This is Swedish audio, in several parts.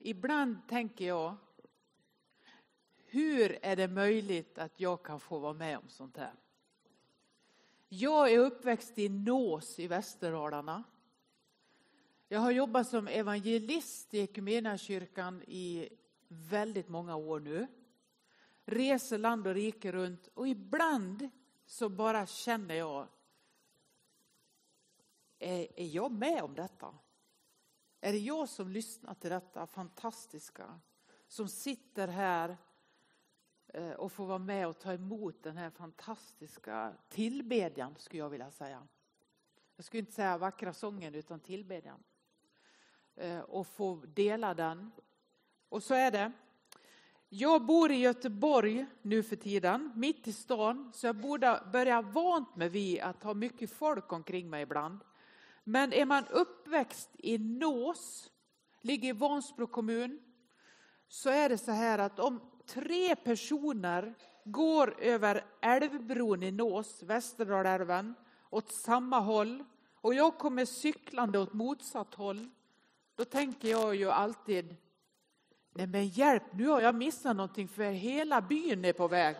Ibland tänker jag, hur är det möjligt att jag kan få vara med om sånt här? Jag är uppväxt i Nås i Västerdalarna. Jag har jobbat som evangelist i Equmeniakyrkan i väldigt många år nu. Reser land och rike runt och ibland så bara känner jag, är jag med om detta? Är det jag som lyssnar till detta fantastiska? Som sitter här och får vara med och ta emot den här fantastiska tillbedjan, skulle jag vilja säga. Jag skulle inte säga vackra sången utan tillbedjan. Och få dela den. Och så är det. Jag bor i Göteborg nu för tiden, mitt i stan. Så jag börjar vant mig vid att ha mycket folk omkring mig ibland. Men är man uppväxt i Nås, ligger i Vansbro kommun, så är det så här att om 3 personer går över älvbron i Nås, Västerdalälven, åt samma håll och jag kommer cyklande åt motsatt håll, då tänker jag ju alltid, nej men hjälp, nu har jag missat någonting för hela byn är på väg.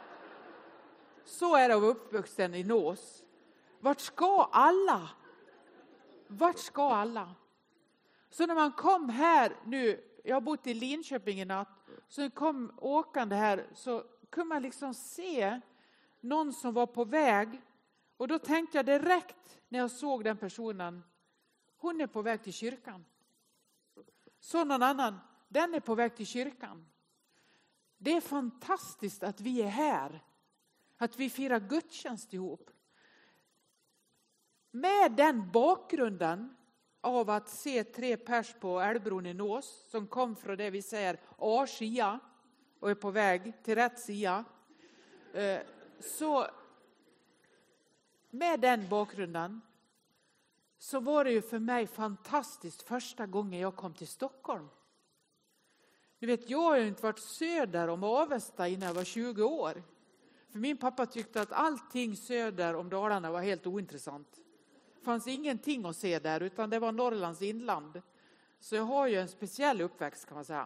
Så är det av uppvuxen i Nås. Vart ska alla? Vart ska alla? Så när man kom här nu, jag har bott i Linköping i natt, så när jag kom åkande här så kunde man liksom se någon som var på väg. Och då tänkte jag direkt när jag såg den personen, hon är på väg till kyrkan. Så någon annan, den är på väg till kyrkan. Det är fantastiskt att vi är här. Att vi firar gudstjänst ihop. Med den bakgrunden av att se 3 pers på älvbron i Nås som kom från det vi säger A-sida och är på väg till rätt sida. Så med den bakgrunden så var det ju för mig fantastiskt första gången jag kom till Stockholm. Ni vet, jag har ju inte varit söder om Avesta innan jag var 20 år. För min pappa tyckte att allting söder om Dalarna var helt ointressant. Det fanns ingenting att se där utan det var Norrlands inland. Så jag har ju en speciell uppväxt kan man säga.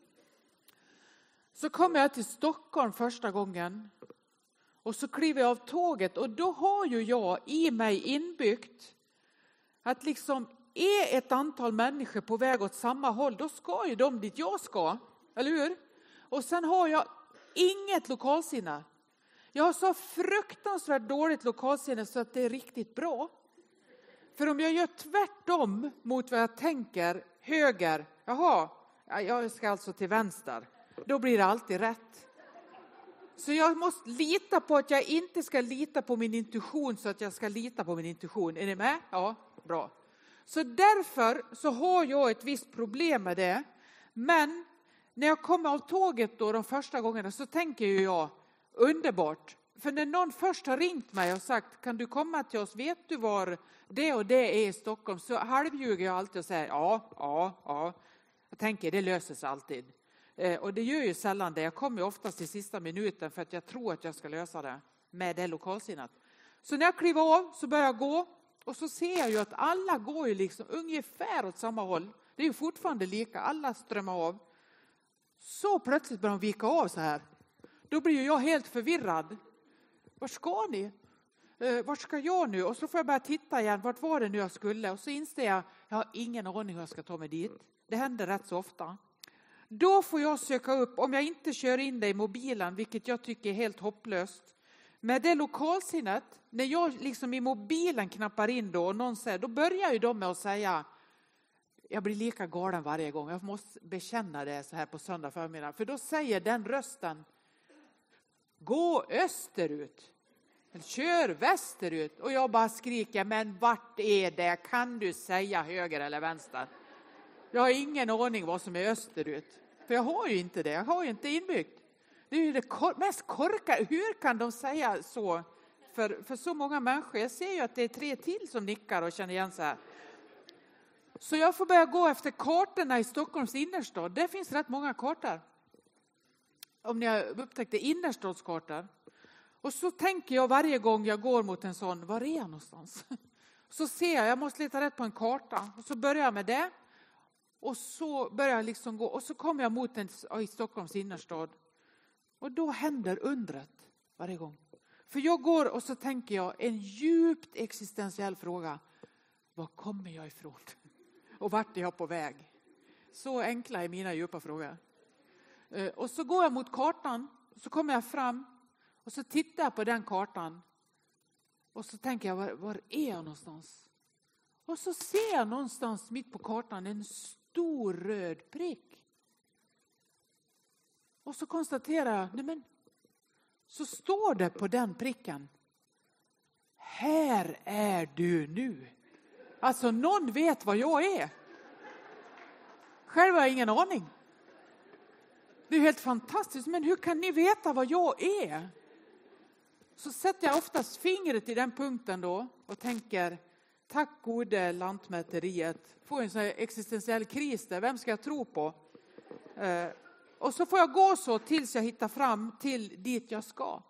Så kom jag till Stockholm första gången. Och så kliver jag av tåget och då har ju jag i mig inbyggt att liksom är ett antal människor på väg åt samma håll, då ska ju de dit jag ska, eller hur? Och sen har jag inget lokalsinne. Jag har så fruktansvärt dåligt lokalsinne så att det är riktigt bra. För om jag gör tvärtom mot vad jag tänker, höger, jaha, jag ska alltså till vänster, då blir det alltid rätt. Så jag måste lita på att jag inte ska lita på min intuition så att jag ska lita på min intuition. Är ni med? Ja, bra. Så därför så har jag ett visst problem med det. Men när jag kommer av tåget då de första gångerna så tänker jag underbart. För när någon först har ringt mig och sagt, kan du komma till oss? Vet du var det och det är i Stockholm? Så halvljuger jag alltid och säger ja. Jag tänker det löser sig alltid. Och det gör ju sällan det. Jag kommer oftast till sista minuten för att jag tror att jag ska lösa det med det lokalsinnet. Så när jag kliver av så börjar jag gå. Och så ser jag ju att alla går ju liksom ungefär åt samma håll. Det är ju fortfarande lika. Alla strömmar av. Så plötsligt börjar de vika av så här. Då blir ju jag helt förvirrad. Var ska ni? Vart ska jag nu? Och så får jag börja titta igen. Vart var det nu jag skulle? Och så inser jag har ingen aning hur jag ska ta mig dit. Det händer rätt så ofta. Då får jag söka upp, om jag inte kör in det i mobilen, vilket jag tycker är helt hopplöst. Med det lokalsinnet, när jag liksom i mobilen knappar in då och någon säger, då börjar ju de med att säga, jag blir lika galen varje gång. Jag måste bekänna det så här på söndag förmiddag. För då säger den rösten, gå österut. Eller kör västerut. Och jag bara skriker, men vart är det? Kan du säga höger eller vänster? Jag har ingen aning vad som är österut. För jag har ju inte det. Jag har ju inte inbyggt. Det är ju det mest korkade. Hur kan de säga så för så många människor? Jag ser ju att det är 3 till som nickar och känner igen så här. Så jag får börja gå efter kartorna i Stockholms innerstad. Det finns rätt många kartor. Om ni har upptäckt det, innerstadskartor. Och så tänker jag varje gång jag går mot en sån, var är jag någonstans? Så ser jag måste leta rätt på en karta. Och så börjar jag med det. Och så börjar jag liksom gå. Och så kommer jag mot i Stockholms innerstad. Och då händer undret varje gång. För jag går och så tänker jag en djupt existentiell fråga. Var kommer jag ifrån? Och vart är jag på väg? Så enkla är mina djupa frågor. Och så går jag mot kartan. Så kommer jag fram. Och så tittar jag på den kartan. Och så tänker jag, var är jag någonstans? Och så ser jag någonstans mitt på kartan en stor röd prick. Och så konstaterar jag, nej men, så står det på den pricken. Här är du nu. Alltså någon vet vad jag är. Själv har jag ingen aning. Det är helt fantastiskt, men hur kan ni veta vad jag är? Så sätter jag oftast fingret i den punkten då och tänker, tack gode lantmäteriet. Får en sån här existentiell kris där, vem ska jag tro på? Och så får jag gå så tills jag hittar fram till dit jag ska.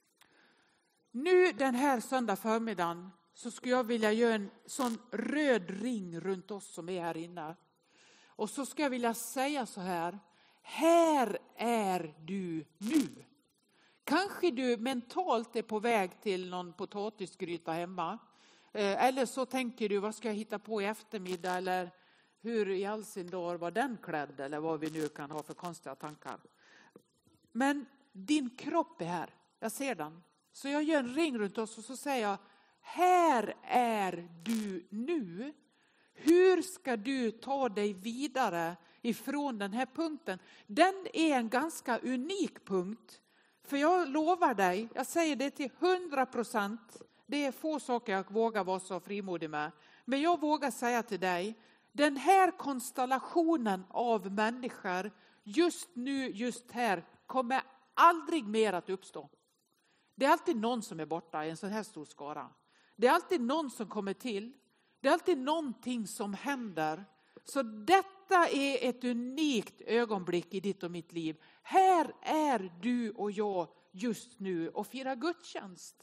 Nu den här söndag förmiddagen så skulle jag vilja göra en sån röd ring runt oss som är här inne. Och så ska jag vilja säga så här, här är du nu. Kanske du mentalt är på väg till någon potatisgryta hemma. Eller så tänker du, vad ska jag hitta på i eftermiddag? Eller hur i all sin dag var den klädd? Eller vad vi nu kan ha för konstiga tankar. Men din kropp är här. Jag ser den. Så jag gör en ring runt oss och så säger jag, här är du nu. Hur ska du ta dig vidare ifrån den här punkten? Den är en ganska unik punkt. För jag lovar dig, jag säger det till 100%. Det är få saker jag vågar vara så frimodig med. Men jag vågar säga till dig, den här konstellationen av människor just nu, just här, kommer aldrig mer att uppstå. Det är alltid någon som är borta i en sån här stor skara. Det är alltid någon som kommer till. Det är alltid någonting som händer. Så detta är ett unikt ögonblick i ditt och mitt liv. Här är du och jag just nu och firar gudstjänst.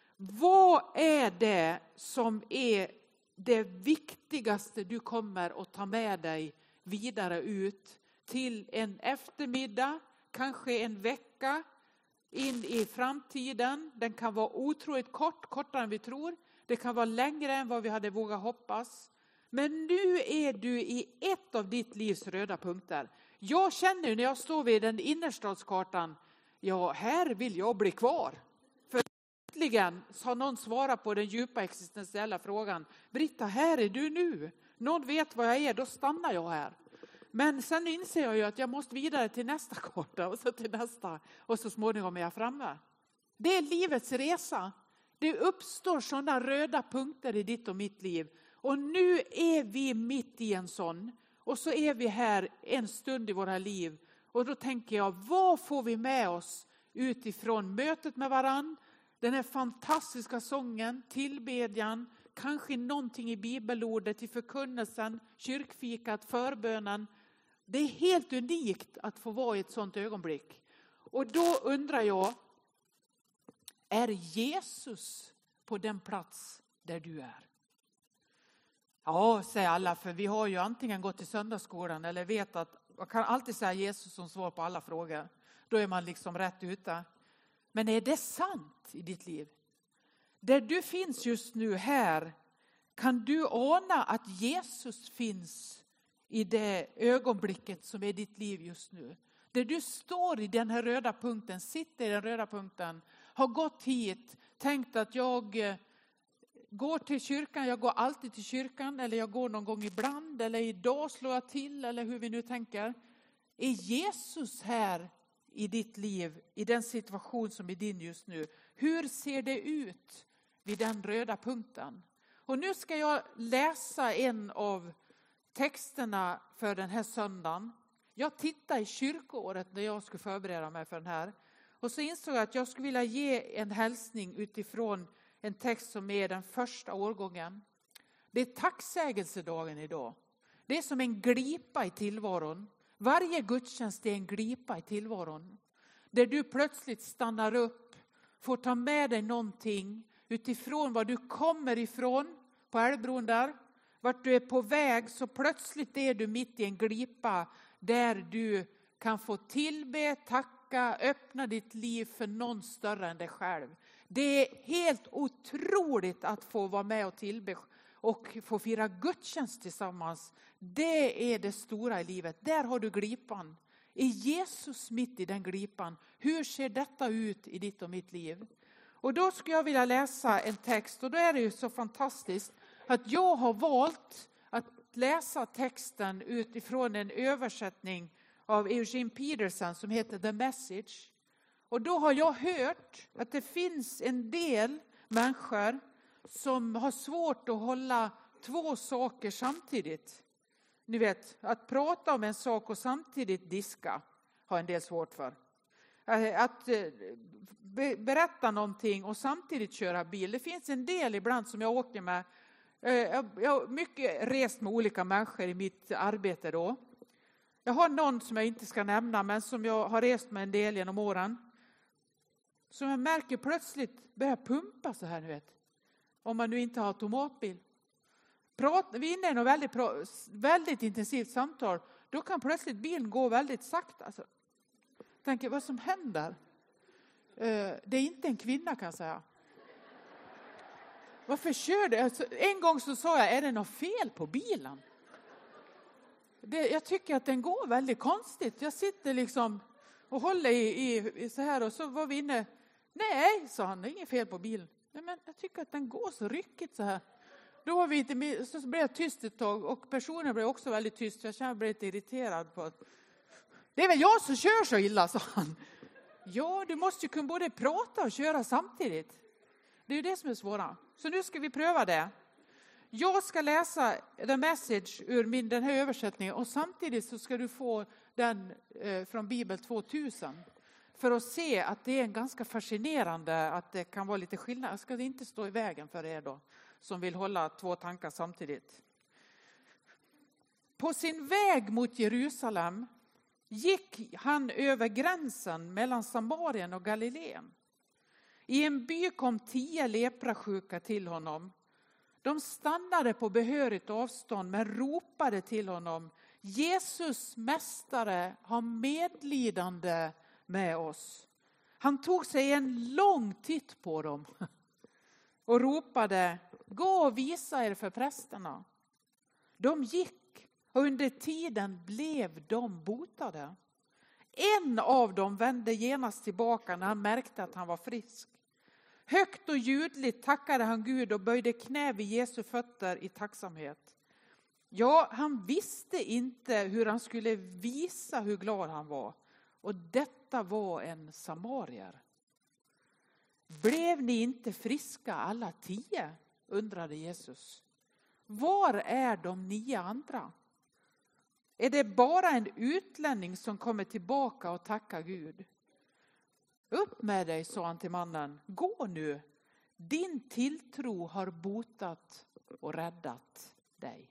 Vad är det som är det viktigaste du kommer att ta med dig vidare ut till en eftermiddag, kanske en vecka in i framtiden? Den kan vara otroligt kortare än vi tror. Det kan vara längre än vad vi hade vågat hoppas. Men nu är du i ett av ditt livs röda punkter. Jag känner när jag står vid den innerstadskartan, ja, här vill jag bli kvar. För äntligen har någon svarat på den djupa existentiella frågan. Britta, här är du nu. Någon vet vad jag är, då stannar jag här. Men sen inser jag ju att jag måste vidare till nästa karta och så till nästa. Och så småningom är jag framme. Det är livets resa. Det uppstår sådana röda punkter i ditt och mitt liv. Och nu är vi mitt i en sån. Och så är vi här en stund i våra liv. Och då tänker jag, vad får vi med oss utifrån mötet med varann? Den här fantastiska sången, tillbedjan, kanske någonting i bibelordet, i förkunnelsen, kyrkfikat, förbönen. Det är helt unikt att få vara i ett sånt ögonblick. Och då undrar jag, är Jesus på den plats där du är? Ja, säger alla, för vi har ju antingen gått till söndagsskolan eller vet att man kan alltid säga Jesus som svar på alla frågor. Då är man liksom rätt ute. Men är det sant i ditt liv? Där du finns just nu här, kan du ana att Jesus finns i det ögonblicket som är ditt liv just nu? Där du står i den här röda punkten, sitter i den röda punkten, har gått hit, tänkt att jag går till kyrkan, jag går alltid till kyrkan, eller jag går någon gång ibland, eller idag slår jag till, eller hur vi nu tänker. Är Jesus här i ditt liv, i den situation som är din just nu? Hur ser det ut vid den röda punkten? Och nu ska jag läsa en av texterna för den här söndagen. Jag tittade i kyrkoåret när jag skulle förbereda mig för den här. Och så insåg jag att jag skulle vilja ge en hälsning utifrån en text som är den första årgången. Det är tacksägelsedagen idag. Det är som en glipa i tillvaron. Varje gudstjänst är en glipa i tillvaron. Där du plötsligt stannar upp, får ta med dig någonting utifrån var du kommer ifrån på Älvbron där. vart du är på väg, så plötsligt är du mitt i en glipa där du kan få tillbe, tacka, öppna ditt liv för någon större än dig själv. Det är helt otroligt att få vara med och tillbe och få fira gudstjänst tillsammans. Det är det stora i livet. Där har du glipan. Är Jesus mitt i den glipan? Hur ser detta ut i ditt och mitt liv? Och då skulle jag vilja läsa en text, och då är det ju så fantastiskt att jag har valt att läsa texten utifrån en översättning av Eugene Peterson som heter The Message. Och då har jag hört att det finns en del människor som har svårt att hålla två saker samtidigt. Ni vet, att prata om en sak och samtidigt diska har en del svårt för. Att berätta någonting och samtidigt köra bil. Det finns en del ibland som jag åker med. Jag har mycket rest med olika människor i mitt arbete då. Jag har någon som jag inte ska nämna, men som jag har rest med en del genom åren. Som jag märker plötsligt börjar pumpa så här, nu vet. Om man nu inte har automatbil. Vi är inne i något väldigt intensivt samtal. Då kan plötsligt bilen gå väldigt sakta. Alltså, tänker, vad som händer? Det är inte en kvinna, kan jag säga. Varför kör det? Alltså, en gång så sa jag, är det något fel på bilen? Jag tycker att den går väldigt konstigt. Jag sitter liksom och håller i så här, och så var vi inne. Nej, sa han, det är inget fel på bilen. Nej, men jag tycker att den går så ryckigt så här. Då var vi inte, så blev jag tyst ett tag, och personen blev också väldigt tyst. Jag kände mig lite irriterad på att det är väl jag som kör så illa, sa han. Ja, du måste ju kunna både prata och köra samtidigt. Det är ju det som är svåra. Så nu ska vi pröva det. Jag ska läsa The Message ur den här översättningen, och samtidigt så ska du få den från Bibel 2000. För att se att det är en ganska fascinerande, att det kan vara lite skillnad. Jag ska inte stå i vägen för er då, som vill hålla två tankar samtidigt. På sin väg mot Jerusalem gick han över gränsen mellan Samarien och Galileen. I en by kom 10 leprasjuka till honom. De stannade på behörigt avstånd men ropade till honom: Jesus, mästare, ha medlidande med oss. Han tog sig en lång titt på dem och ropade: gå och visa er för prästerna. De gick, och under tiden blev de botade. En av dem vände genast tillbaka när han märkte att han var frisk. Högt och ljudligt tackade han Gud och böjde knä vid Jesu fötter i tacksamhet. Ja, han visste inte hur han skulle visa hur glad han var. Och detta var en samarier. Blev ni inte friska alla 10? Undrade Jesus. Var är de 9 andra? Är det bara en utlänning som kommer tillbaka och tackar Gud? Upp med dig, sa han till mannen. Gå nu. Din tilltro har botat och räddat dig.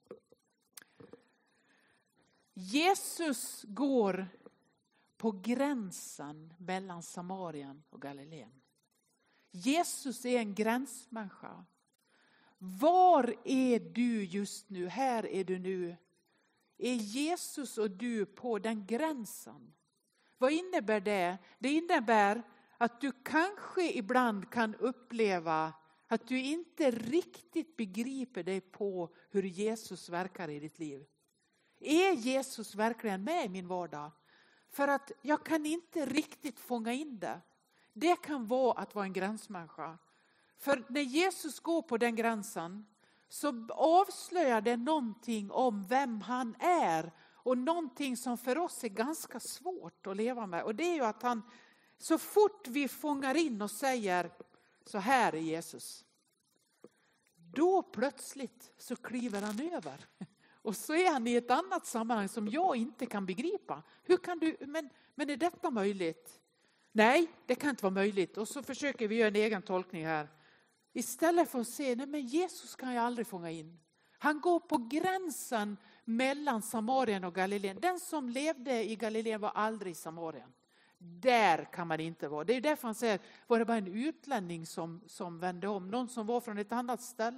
Jesus går på gränsen mellan Samarien och Galileen. Jesus är en gränsmänniska. Var är du just nu? Här är du nu. Är Jesus och du på den gränsen? Vad innebär det? Det innebär att du kanske ibland kan uppleva att du inte riktigt begriper dig på hur Jesus verkar i ditt liv. Är Jesus verkligen med i min vardag? För att jag kan inte riktigt fånga in det. Det kan vara att vara en gränsmänniska. För när Jesus går på den gränsen så avslöjar det någonting om vem han är. Och någonting som för oss är ganska svårt att leva med. Och det är ju att han, så fort vi fångar in och säger så här är Jesus. Då plötsligt så kliver han över. Och så är han i ett annat sammanhang som jag inte kan begripa. Hur kan du, men är detta möjligt? Nej, det kan inte vara möjligt. Och så försöker vi göra en egen tolkning här. Istället för att se, nej men Jesus kan jag aldrig fånga in. Han går på gränsen mellan Samarien och Galileen. Den som levde i Galileen var aldrig i Samarien. Där kan man inte vara. Det är därför han säger, var det bara en utlänning som vände om? Någon som var från ett annat ställe?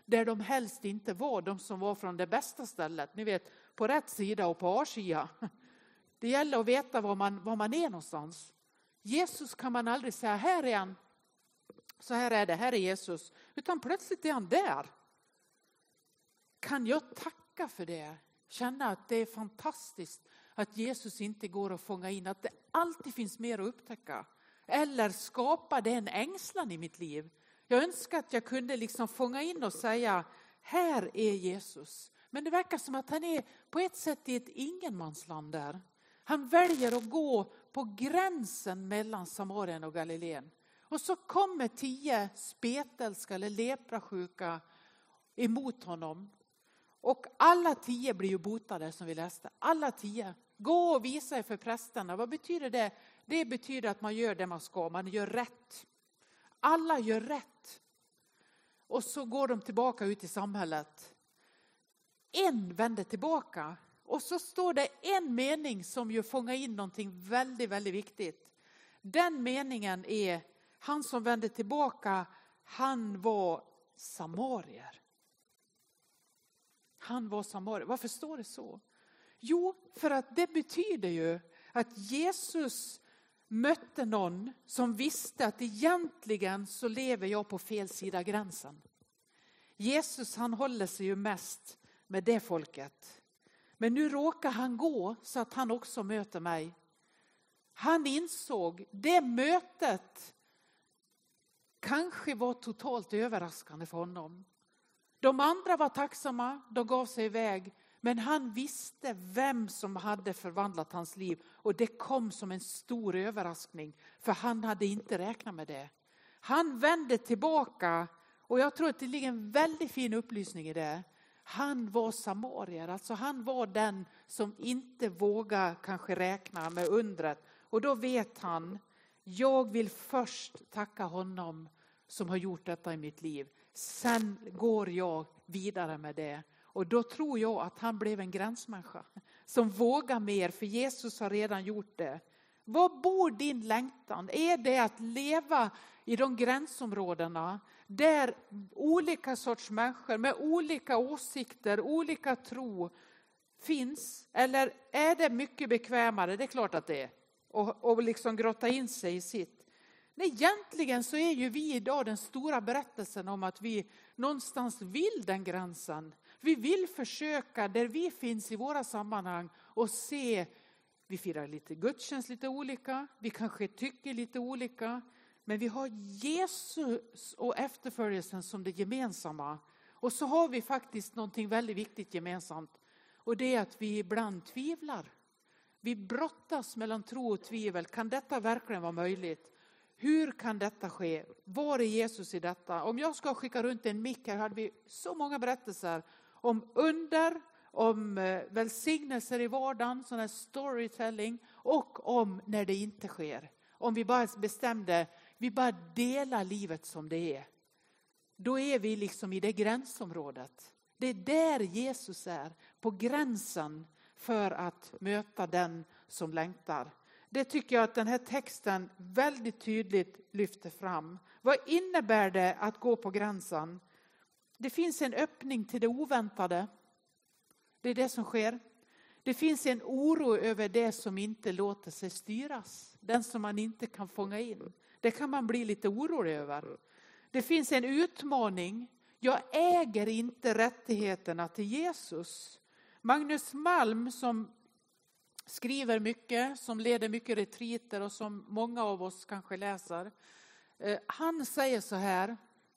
där de helst inte var, de som var från det bästa stället. Ni vet, på rätt sida och på A-sida. Det gäller att veta var man är någonstans. Jesus kan man aldrig säga, här är han. Så här är det, här är Jesus. Utan plötsligt är han där. Kan jag tacka för det? Känna att det är fantastiskt att Jesus inte går att fånga in. Att det alltid finns mer att upptäcka. Eller skapa det en ängslan i mitt liv. Jag önskar att jag kunde liksom fånga in och säga, här är Jesus. Men det verkar som att han är på ett sätt i ett ingenmansland där. Han väljer att gå på gränsen mellan Samarien och Galileen. Och så kommer 10 spetälska eller leprasjuka emot honom. Och alla 10 blir ju botade som vi läste. Alla 10. Gå och visa er för prästerna. Vad betyder det? Det betyder att man gör det man ska. Man gör rätt. Alla gör rätt. Och så går de tillbaka ut i samhället. En vänder tillbaka. Och så står det en mening som ju fångar in någonting väldigt, väldigt viktigt. Den meningen är, han som vände tillbaka, han var samarier. Han var samarier. Varför står det så? Jo, för att det betyder ju att Jesus mötte någon som visste att egentligen så lever jag på fel sida gränsen. Jesus, han håller sig ju mest med det folket. Men nu råkar han gå så att han också möter mig. Han insåg det mötet kanske var totalt överraskande för honom. De andra var tacksamma, de gav sig iväg. Men han visste vem som hade förvandlat hans liv. Och det kom som en stor överraskning. För han hade inte räknat med det. Han vände tillbaka. Och jag tror att det ligger en väldigt fin upplysning i det. Han var samarier. Alltså han var den som inte vågade kanske räkna med undret. Och då vet han. Jag vill först tacka honom som har gjort detta i mitt liv. Sen går jag vidare med det. Och då tror jag att han blev en gränsmänniska som vågar mer, för Jesus har redan gjort det. Vad bor din längtan? Är det att leva i de gränsområdena där olika sorts människor med olika åsikter, olika tro finns? Eller är det mycket bekvämare? Det är klart att det är. Och liksom grotta in sig i sitt. Nej, egentligen så är ju vi idag den stora berättelsen om att vi någonstans vill den gränsen. Vi vill försöka där vi finns i våra sammanhang och se, vi firar lite gudstjänst lite olika, vi kanske tycker lite olika, men vi har Jesus och efterföljelsen som det gemensamma. Och så har vi faktiskt någonting väldigt viktigt gemensamt, och det är att vi ibland tvivlar. Vi brottas mellan tro och tvivel. Kan detta verkligen vara möjligt? Hur kan detta ske? Var är Jesus i detta? Om jag ska skicka runt en mick här, hade vi så många berättelser om under, om välsignelser i vardagen, sån här storytelling, och om när det inte sker. Om vi bara bestämde, vi bara delar livet som det är. Då är vi liksom i det gränsområdet. Det är där Jesus är, på gränsen för att möta den som längtar. Det tycker jag att den här texten väldigt tydligt lyfter fram. Vad innebär det att gå på gränsen? Det finns en öppning till det oväntade. Det är det som sker. Det finns en oro över det som inte låter sig styras. Den som man inte kan fånga in. Det kan man bli lite orolig över. Det finns en utmaning. Jag äger inte rättigheterna till Jesus. Magnus Malm, som skriver mycket, som leder mycket retreater och som många av oss kanske läser. Han säger så här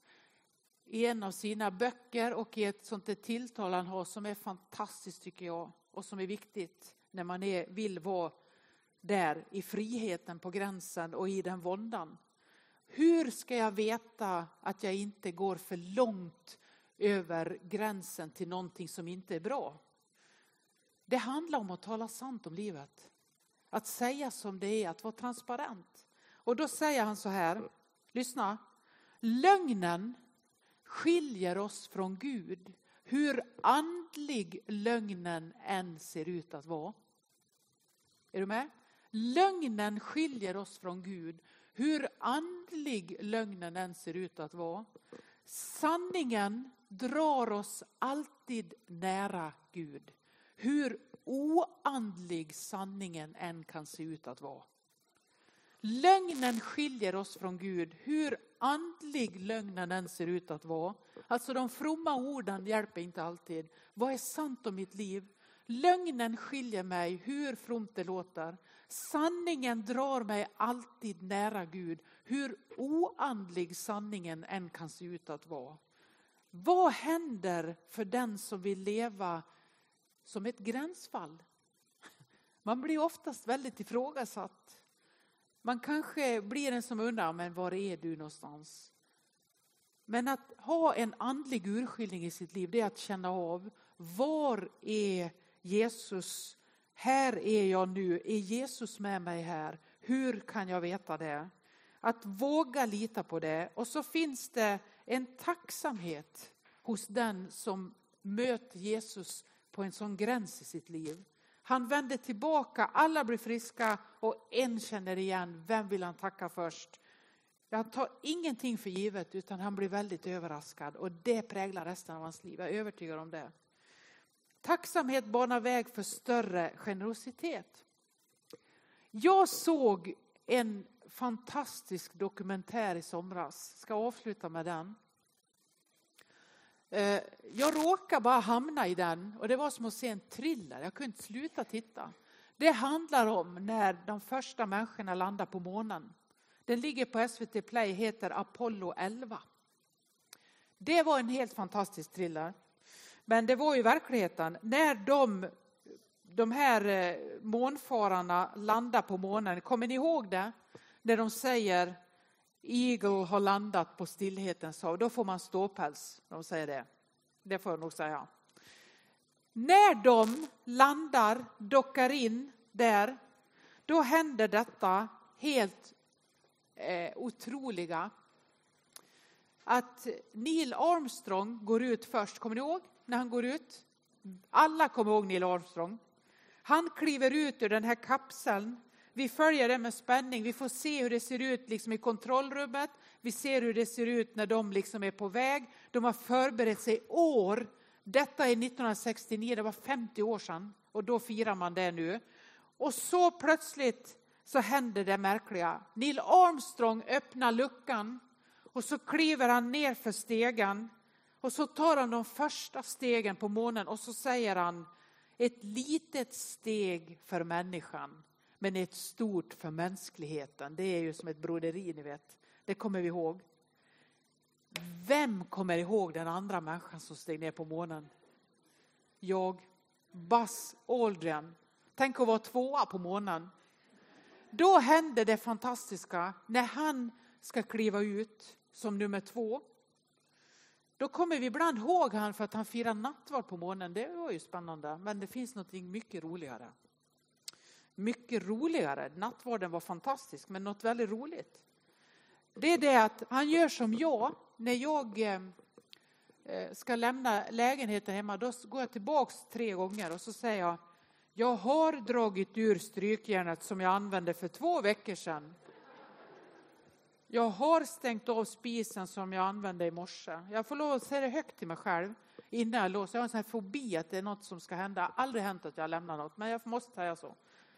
i en av sina böcker och i ett sånt tilltal han har som är fantastiskt tycker jag. Och som är viktigt när man vill vara där i friheten på gränsen och i den våndan. Hur ska jag veta att jag inte går för långt över gränsen till någonting som inte är bra? Det handlar om att tala sant om livet. Att säga som det är, att vara transparent. Och då säger han så här, lyssna. Lögnen skiljer oss från Gud, hur andlig lögnen än ser ut att vara. Är du med? Lögnen skiljer oss från Gud, hur andlig lögnen än ser ut att vara. Sanningen drar oss alltid nära Gud. Hur oandlig sanningen än kan se ut att vara. Lögnen skiljer oss från Gud. Hur andlig lögnen än ser ut att vara. Alltså de fromma orden hjälper inte alltid. Vad är sant om mitt liv? Lögnen skiljer mig, hur fromt det låter. Sanningen drar mig alltid nära Gud. Hur oandlig sanningen än kan se ut att vara. Vad händer för den som vill leva som ett gränsfall? Man blir oftast väldigt ifrågasatt. Man kanske blir en som undrar, men var är du någonstans? Men att ha en andlig urskiljning i sitt liv, det är att känna av, var är Jesus? Här är jag nu. Är Jesus med mig här? Hur kan jag veta det? Att våga lita på det. Och så finns det en tacksamhet hos den som möter Jesus på en sån gräns i sitt liv. Han vänder tillbaka, alla blir friska och en känner igen. Vem vill han tacka först? Han tar ingenting för givet utan han blir väldigt överraskad. Och det präglar resten av hans liv, jag är övertygad om det. Tacksamhet banar väg för större generositet. Jag såg en fantastisk dokumentär i somras. Ska avsluta med den. Jag råkade bara hamna i den och det var som att se en thriller. Jag kunde inte sluta titta. Det handlar om när de första människorna landar på månen. Den ligger på SVT Play, heter Apollo 11. Det var en helt fantastisk thriller. Men det var ju verkligheten. När de här månfararna landar på månen, kommer ni ihåg det? När de säger Eagle har landat på stillhetens hav. Då får man ståpäls. De säger det. Det får jag nog säga. När de landar, dockar in där. Då händer detta helt otroliga. Att Neil Armstrong går ut först. Kommer ni ihåg när han går ut? Alla kommer ihåg Neil Armstrong. Han kliver ut ur den här kapseln. Vi följer det med spänning. Vi får se hur det ser ut liksom i kontrollrummet. Vi ser hur det ser ut när de liksom är på väg. De har förberett sig år. Detta är 1969, det var 50 år sedan. Och då firar man det nu. Och så plötsligt så händer det märkliga. Neil Armstrong öppnar luckan. Och så kliver han ner för stegen. Och så tar han de första stegen på månen. Och så säger han, ett litet steg för människan. Men ett stort för mänskligheten. Det är ju som ett broderi, ni vet. Det kommer vi ihåg. Vem kommer ihåg den andra människan som steg ner på månen? Jag. Buzz Aldrin. Tänk att vara tvåa på månen. Då händer det fantastiska. När han ska kliva ut som nummer 2. Då kommer vi ibland ihåg han för att han firar nattvard på månen. Det var ju spännande. Men det finns något mycket roligare. Mycket roligare. Nattvarden var fantastisk, men något väldigt roligt. Det är det att han gör som jag. När jag ska lämna lägenheten hemma, då går jag tillbaks 3 gånger och så säger jag, jag har dragit ur strykjärnet som jag använde för 2 veckor sedan. Jag har stängt av spisen som jag använde i morse. Jag får lov att säga det högt till mig själv innan jag låser. Jag har en sån här fobi att det är något som ska hända. Aldrig hänt att jag lämnar något, men jag måste säga så.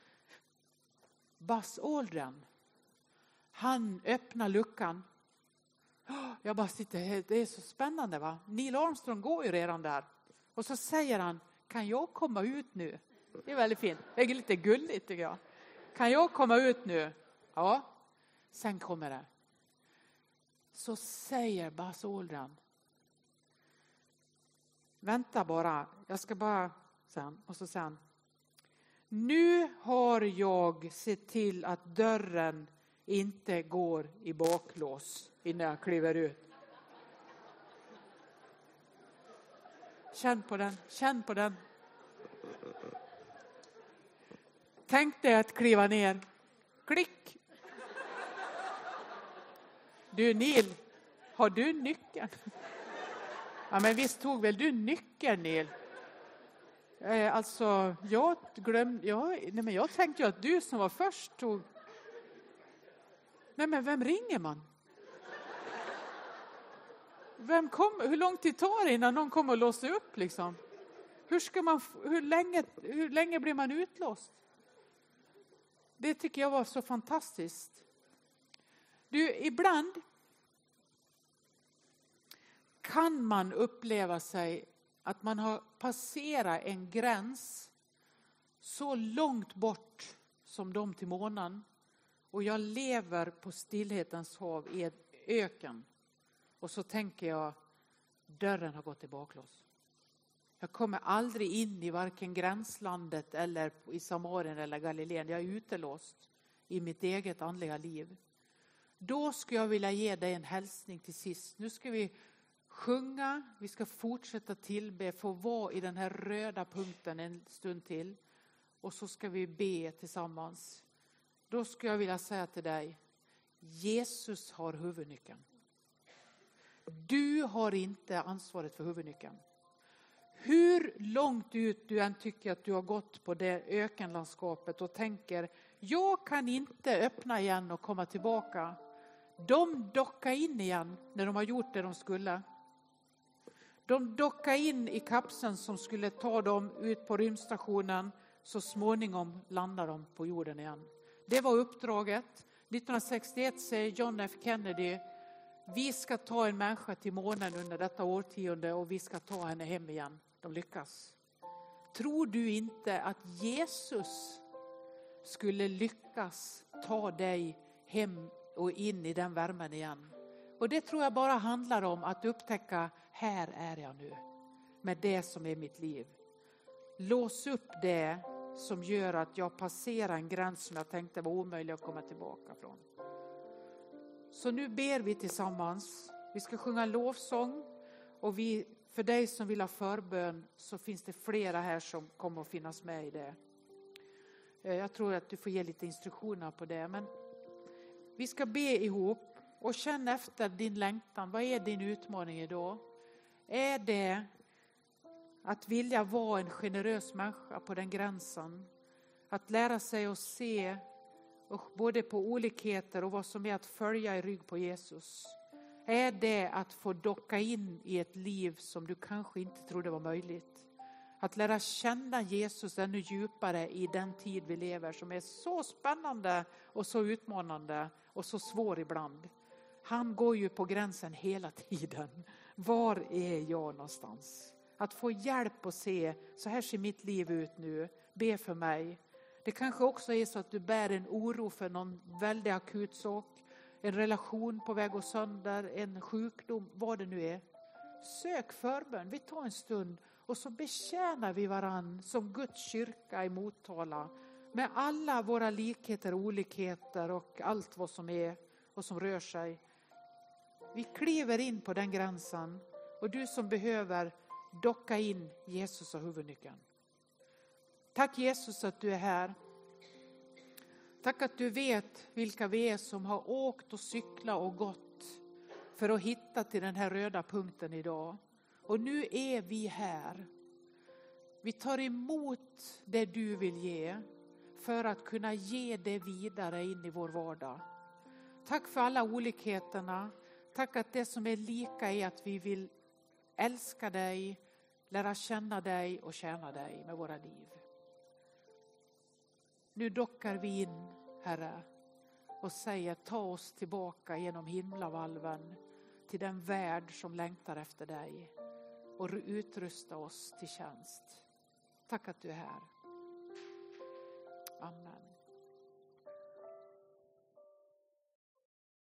Buzz Aldrin. Han öppnar luckan. Jag bara sitter här. Det är så spännande, va? Neil Armstrong går ju redan där. Och så säger han, kan jag komma ut nu? Det är väldigt fint. Det är lite gulligt tycker jag. Kan jag komma ut nu? Ja. Sen kommer det. Så säger Buzz Aldrin. Vänta bara. Jag ska bara sen. Och så sen. Nu har jag sett till att dörren inte går i baklås innan jag kliver ut. Känn på den, känn på den. Tänk dig att kliva ner. Klick. Du Neil, har du nyckeln? Ja, men visst tog väl du nyckeln, Neil? Alltså, jag glömde... jag tänkte ju att du som var först tog... Nej, men vem ringer man? Hur lång tid tar det innan någon kommer och låser upp liksom? Hur länge blir man utlåst? Det tycker jag var så fantastiskt. Ibland kan man uppleva sig att man har passerat en gräns så långt bort som de till månen. Och jag lever på stillhetens hav i ett öken. Och så tänker jag, dörren har gått i baklås. Jag kommer aldrig in i varken gränslandet eller i Samarien eller Galileen. Jag är utelåst i mitt eget andliga liv. Då ska jag vilja ge dig en hälsning till sist. Nu ska vi sjunga, vi ska fortsätta tillbe, få vara i den här röda punkten en stund till. Och så ska vi be tillsammans. Då ska jag vilja säga till dig, Jesus har huvudnyckeln. Du har inte ansvaret för huvudnyckeln. Hur långt ut du än tycker att du har gått på det ökenlandskapet och tänker, jag kan inte öppna igen och komma tillbaka. De dockar in igen när de har gjort det de skulle. De dockar in i kapseln som skulle ta dem ut på rymdstationen. Så småningom landar de på jorden igen. Det var uppdraget. 1961 säger John F. Kennedy, vi ska ta en människa till månen under detta årtionde och vi ska ta henne hem igen. De lyckas. Tror du inte att Jesus skulle lyckas ta dig hem och in i den värmen igen? Och det tror jag bara handlar om att upptäcka, här är jag nu. Med det som är mitt liv. Lås upp det som gör att jag passerar en gräns som jag tänkte var omöjlig att komma tillbaka från. Så nu ber vi tillsammans. Vi ska sjunga lovsång. Och för dig som vill ha förbön så finns det flera här som kommer att finnas med i det. Jag tror att du får ge lite instruktioner på det. Men vi ska be ihop och känna efter din längtan. Vad är din utmaning idag? Är det att vilja vara en generös människa på den gränsen? Att lära sig att se både på olikheter och vad som är att följa i rygg på Jesus. Är det att få docka in i ett liv som du kanske inte trodde var möjligt? Att lära känna Jesus ännu djupare i den tid vi lever som är så spännande och så utmanande och så svår ibland. Han går ju på gränsen hela tiden. Var är jag någonstans? Att få hjälp att se, så här ser mitt liv ut nu. Be för mig. Det kanske också är så att du bär en oro för någon väldigt akut sak. En relation på väg att sönder, en sjukdom, vad det nu är. Sök förbön, vi tar en stund och så betjänar vi varann som Guds kyrka i Motala. Med alla våra likheter och olikheter och allt vad som är och som rör sig. Vi kliver in på den gränsen och du som behöver docka in, Jesus och huvudnyckeln. Tack Jesus att du är här. Tack att du vet vilka vi är som har åkt och cyklat och gått för att hitta till den här röda punkten idag. Och nu är vi här. Vi tar emot det du vill ge för att kunna ge det vidare in i vår vardag. Tack för alla olikheterna. Tack att det som är lika är att vi vill älska dig, lära känna dig och tjäna dig med våra liv. Nu dockar vi in, Herre, och säger ta oss tillbaka genom himlavalven till den värld som längtar efter dig och utrusta oss till tjänst. Tack att du är här. Amen.